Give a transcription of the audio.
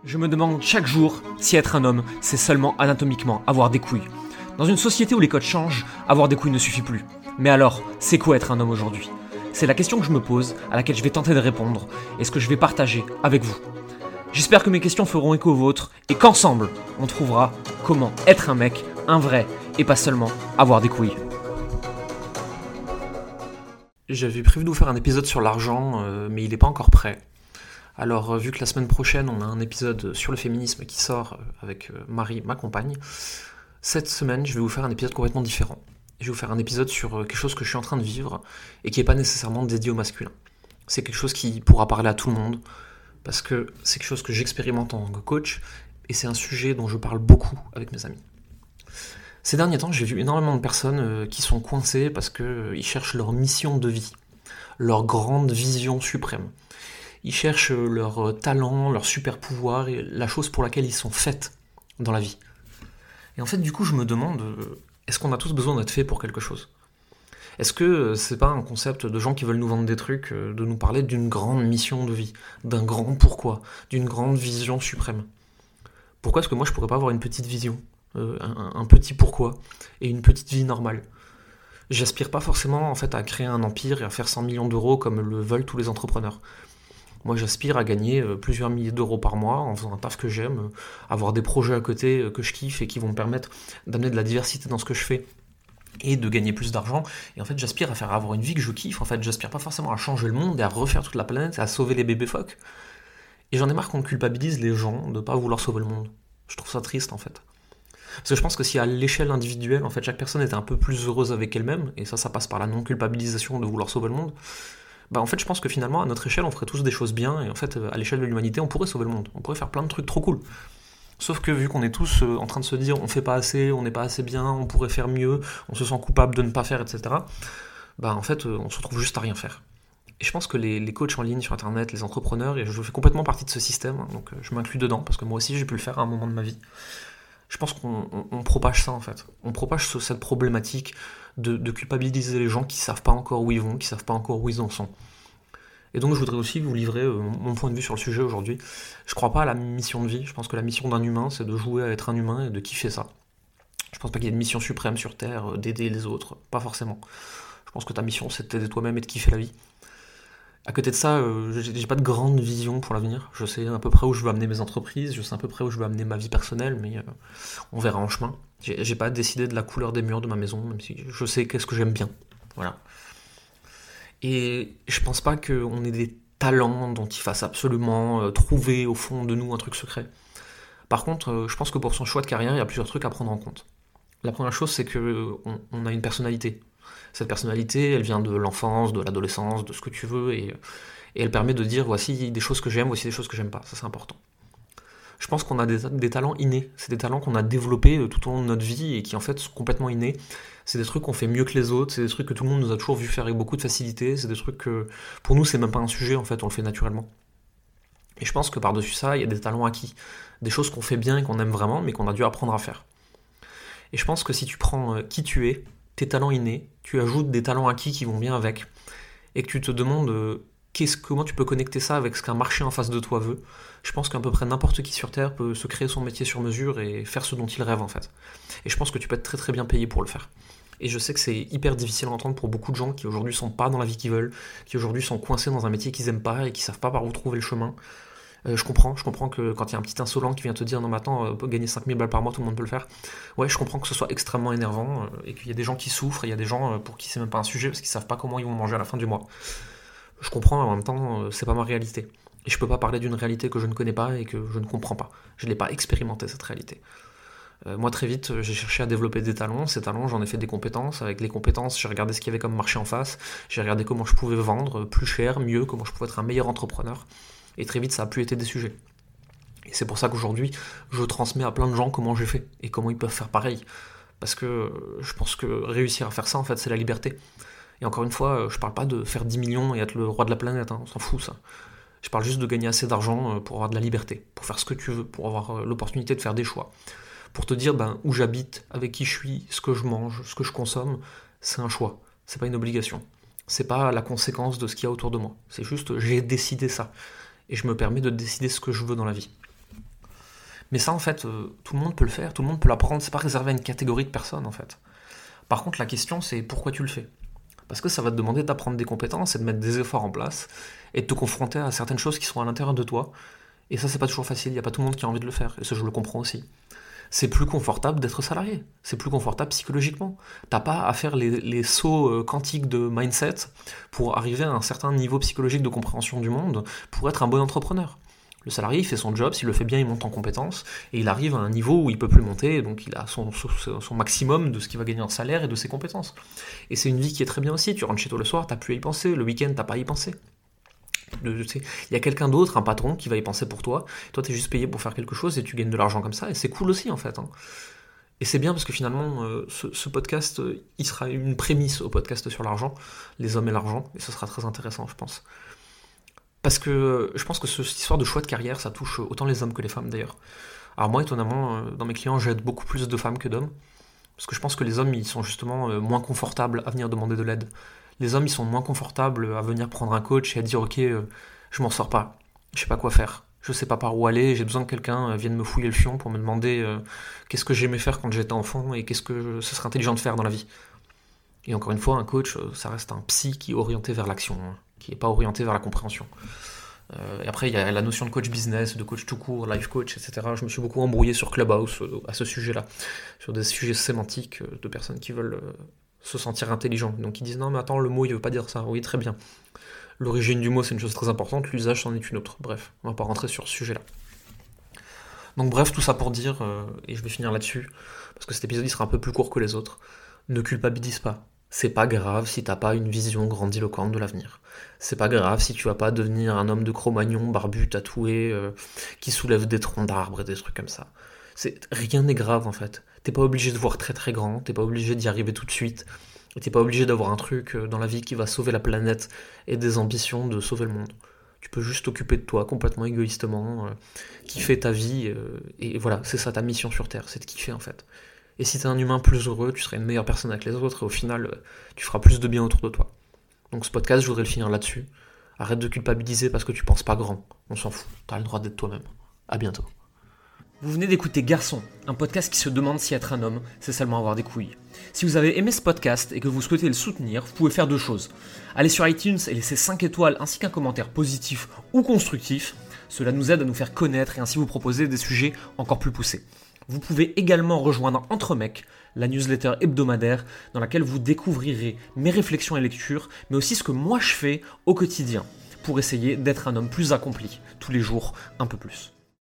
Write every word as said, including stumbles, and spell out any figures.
Je me demande chaque jour si être un homme, c'est seulement anatomiquement avoir des couilles. Dans une société où les codes changent, avoir des couilles ne suffit plus. Mais alors, c'est quoi être un homme aujourd'hui ? C'est la question que je me pose, à laquelle je vais tenter de répondre, et ce que je vais partager avec vous. J'espère que mes questions feront écho aux vôtres, et qu'ensemble, on trouvera comment être un mec, un vrai, et pas seulement avoir des couilles. J'avais prévu de vous faire un épisode sur l'argent, euh, mais il n'est pas encore prêt. Alors, euh, vu que la semaine prochaine, on a un épisode sur le féminisme qui sort euh, avec euh, Marie, ma compagne, cette semaine, je vais vous faire un épisode complètement différent. Je vais vous faire un épisode sur euh, quelque chose que je suis en train de vivre et qui n'est pas nécessairement dédié au masculin. C'est quelque chose qui pourra parler à tout le monde, parce que c'est quelque chose que j'expérimente en tant que coach, et c'est un sujet dont je parle beaucoup avec mes amis. Ces derniers temps, j'ai vu énormément de personnes euh, qui sont coincées parce qu'ils euh, cherchent leur mission de vie, leur grande vision suprême. Ils cherchent leur talent, leur super pouvoir et la chose pour laquelle ils sont faits dans la vie. Et en fait, du coup, je me demande, est-ce qu'on a tous besoin d'être faits pour quelque chose ? Est-ce que c'est pas un concept de gens qui veulent nous vendre des trucs, de nous parler d'une grande mission de vie, d'un grand pourquoi, d'une grande vision suprême ? Pourquoi est-ce que moi je pourrais pas avoir une petite vision, euh, un, un petit pourquoi et une petite vie normale ? J'aspire pas forcément en fait à créer un empire et à faire cent millions d'euros comme le veulent tous les entrepreneurs. Moi, j'aspire à gagner plusieurs milliers d'euros par mois en faisant un taf que j'aime, avoir des projets à côté que je kiffe et qui vont me permettre d'amener de la diversité dans ce que je fais et de gagner plus d'argent. Et en fait, j'aspire à faire avoir une vie que je kiffe. En fait, j'aspire pas forcément à changer le monde et à refaire toute la planète et à sauver les bébés phoques. Et j'en ai marre qu'on culpabilise les gens de pas vouloir sauver le monde. Je trouve ça triste, en fait. Parce que je pense que si à l'échelle individuelle, en fait, chaque personne était un peu plus heureuse avec elle-même, et ça, ça passe par la non-culpabilisation de vouloir sauver le monde, bah en fait je pense que finalement à notre échelle on ferait tous des choses bien et en fait à l'échelle de l'humanité on pourrait sauver le monde, on pourrait faire plein de trucs trop cool. Sauf que vu qu'on est tous en train de se dire on fait pas assez, on n'est pas assez bien, on pourrait faire mieux, on se sent coupable de ne pas faire, et cetera. Bah en fait on se retrouve juste à rien faire. Et je pense que les, les coachs en ligne sur internet, les entrepreneurs, et je fais complètement partie de ce système, donc je m'inclus dedans parce que moi aussi j'ai pu le faire à un moment de ma vie. Je pense qu'on on, on propage ça en fait. On propage ce, cette problématique de, de culpabiliser les gens qui savent pas encore où ils vont, qui savent pas encore où ils en sont. Et donc je voudrais aussi vous livrer euh, mon point de vue sur le sujet aujourd'hui. Je crois pas à la mission de vie. Je pense que la mission d'un humain, c'est de jouer à être un humain et de kiffer ça. Je pense pas qu'il y ait une mission suprême sur Terre, euh, d'aider les autres. Pas forcément. Je pense que ta mission, c'est de t'aider toi-même et de kiffer la vie. À côté de ça, euh, j'ai, j'ai pas de grande vision pour l'avenir. Je sais à peu près où je veux amener mes entreprises, je sais à peu près où je veux amener ma vie personnelle, mais euh, on verra en chemin. J'ai, j'ai pas décidé de la couleur des murs de ma maison, même si je sais qu'est-ce que j'aime bien. Voilà. Et je pense pas qu'on ait des talents dont il fasse absolument euh, trouver au fond de nous un truc secret. Par contre, euh, je pense que pour son choix de carrière, il y a plusieurs trucs à prendre en compte. La première chose, c'est qu'on on a une personnalité. Cette personnalité, elle vient de l'enfance, de l'adolescence, de ce que tu veux, et, et elle permet de dire voici des choses que j'aime, voici des choses que j'aime pas. Ça, c'est important. Je pense qu'on a des, des talents innés. C'est des talents qu'on a développés tout au long de notre vie et qui en fait sont complètement innés. C'est des trucs qu'on fait mieux que les autres, c'est des trucs que tout le monde nous a toujours vu faire avec beaucoup de facilité, c'est des trucs que pour nous c'est même pas un sujet en fait, on le fait naturellement. Et je pense que par-dessus ça, il y a des talents acquis. Des choses qu'on fait bien et qu'on aime vraiment, mais qu'on a dû apprendre à faire. Et je pense que si tu prends qui tu es, tes talents innés, tu ajoutes des talents acquis qui vont bien avec, et que tu te demandes euh, qu'est-ce, comment tu peux connecter ça avec ce qu'un marché en face de toi veut, je pense qu'à peu près n'importe qui sur Terre peut se créer son métier sur mesure et faire ce dont il rêve en fait. Et je pense que tu peux être très très bien payé pour le faire. Et je sais que c'est hyper difficile à entendre pour beaucoup de gens qui aujourd'hui sont pas dans la vie qu'ils veulent, qui aujourd'hui sont coincés dans un métier qu'ils aiment pas et qui savent pas par où trouver le chemin. Euh, je comprends, je comprends que quand il y a un petit insolent qui vient te dire non mais attends, euh, gagner cinq mille balles par mois, tout le monde peut le faire. Ouais, je comprends que ce soit extrêmement énervant euh, et qu'il y a des gens qui souffrent, et il y a des gens euh, pour qui c'est même pas un sujet parce qu'ils savent pas comment ils vont manger à la fin du mois. Je comprends, en même temps, euh, c'est pas ma réalité. Et je peux pas parler d'une réalité que je ne connais pas et que je ne comprends pas. Je l'ai pas expérimenté cette réalité. Euh, moi très vite, j'ai cherché à développer des talents. Ces talents, j'en ai fait des compétences. Avec les compétences, j'ai regardé ce qu'il y avait comme marché en face. J'ai regardé comment je pouvais vendre plus cher, mieux, comment je pouvais être un meilleur entrepreneur. Et très vite, ça a plus été des sujets. Et c'est pour ça qu'aujourd'hui, je transmets à plein de gens comment j'ai fait et comment ils peuvent faire pareil. Parce que je pense que réussir à faire ça, en fait, c'est la liberté. Et encore une fois, je parle pas de faire dix millions et être le roi de la planète, hein, on s'en fout ça. Je parle juste de gagner assez d'argent pour avoir de la liberté, pour faire ce que tu veux, pour avoir l'opportunité de faire des choix. Pour te dire ben, où j'habite, avec qui je suis, ce que je mange, ce que je consomme, c'est un choix, c'est pas une obligation. C'est pas la conséquence de ce qu'il y a autour de moi. C'est juste, j'ai décidé ça. Et je me permets de décider ce que je veux dans la vie. Mais ça, en fait, euh, tout le monde peut le faire, tout le monde peut l'apprendre, c'est pas réservé à une catégorie de personnes, en fait. Par contre, la question, c'est pourquoi tu le fais? Parce que ça va te demander d'apprendre des compétences et de mettre des efforts en place, et de te confronter à certaines choses qui sont à l'intérieur de toi. Et ça, c'est pas toujours facile, il n'y a pas tout le monde qui a envie de le faire, et ça, je le comprends aussi. C'est plus confortable d'être salarié, c'est plus confortable psychologiquement. T'as pas à faire les, les sauts euh, quantiques de mindset pour arriver à un certain niveau psychologique de compréhension du monde pour être un bon entrepreneur. Le salarié, il fait son job, s'il le fait bien, il monte en compétences, et il arrive à un niveau où il peut plus monter, donc il a son, son, son maximum de ce qu'il va gagner en salaire et de ses compétences. Et c'est une vie qui est très bien aussi, tu rentres chez toi le soir, t'as plus à y penser, le week-end, t'as pas à y penser. Il y a quelqu'un d'autre, un patron, qui va y penser pour toi. Toi, t'es juste payé pour faire quelque chose et tu gagnes de l'argent comme ça. Et c'est cool aussi, en fait. Hein. Et c'est bien parce que finalement, euh, ce, ce podcast, euh, il sera une prémisse au podcast sur l'argent, les hommes et l'argent. Et ce sera très intéressant, je pense. Parce que euh, je pense que ce, cette histoire de choix de carrière, ça touche autant les hommes que les femmes, d'ailleurs. Alors moi, étonnamment, euh, dans mes clients, j'aide beaucoup plus de femmes que d'hommes. Parce que je pense que les hommes, ils sont justement euh, moins confortables à venir demander de l'aide. Les hommes, ils sont moins confortables à venir prendre un coach et à dire « Ok, euh, je m'en sors pas, je sais pas quoi faire, je sais pas par où aller, j'ai besoin que quelqu'un euh, vienne me fouiller le fion pour me demander euh, qu'est-ce que j'aimais faire quand j'étais enfant et qu'est-ce que ce serait intelligent de faire dans la vie. » Et encore une fois, un coach, euh, ça reste un psy qui est orienté vers l'action, hein, qui n'est pas orienté vers la compréhension. Euh, et après, il y a la notion de coach business, de coach tout court, life coach, et cetera. Je me suis beaucoup embrouillé sur Clubhouse euh, à ce sujet-là, sur des sujets sémantiques euh, de personnes qui veulent euh, se sentir intelligents. Donc ils disent non mais attends, le mot il veut pas dire ça. Oui, très bien. L'origine du mot c'est une chose très importante, l'usage c'en est une autre. Bref, on va pas rentrer sur ce sujet-là. Donc bref, tout ça pour dire, euh, et je vais finir là-dessus, parce que cet épisode il sera un peu plus court que les autres, ne culpabilise pas. C'est pas grave si t'as pas une vision grandiloquente de l'avenir. C'est pas grave si tu vas pas devenir un homme de Cro-Magnon, barbu, tatoué, euh, qui soulève des troncs d'arbres et des trucs comme ça. C'est... Rien n'est grave en fait. T'es pas obligé de voir très très grand, t'es pas obligé d'y arriver tout de suite, et t'es pas obligé d'avoir un truc dans la vie qui va sauver la planète et des ambitions de sauver le monde. Tu peux juste t'occuper de toi complètement égoïstement, euh, kiffer ta vie, euh, et voilà, c'est ça ta mission sur Terre, c'est de kiffer en fait. Et si t'es un humain plus heureux, tu seras une meilleure personne avec les autres, et au final, euh, tu feras plus de bien autour de toi. Donc ce podcast, je voudrais le finir là-dessus. Arrête de culpabiliser parce que tu penses pas grand, on s'en fout, t'as le droit d'être toi-même. À bientôt. Vous venez d'écouter Garçon, un podcast qui se demande si être un homme, c'est seulement avoir des couilles. Si vous avez aimé ce podcast et que vous souhaitez le soutenir, vous pouvez faire deux choses. Allez sur iTunes et laissez cinq étoiles ainsi qu'un commentaire positif ou constructif. Cela nous aide à nous faire connaître et ainsi vous proposer des sujets encore plus poussés. Vous pouvez également rejoindre Entre Mecs, la newsletter hebdomadaire dans laquelle vous découvrirez mes réflexions et lectures, mais aussi ce que moi je fais au quotidien pour essayer d'être un homme plus accompli, tous les jours un peu plus.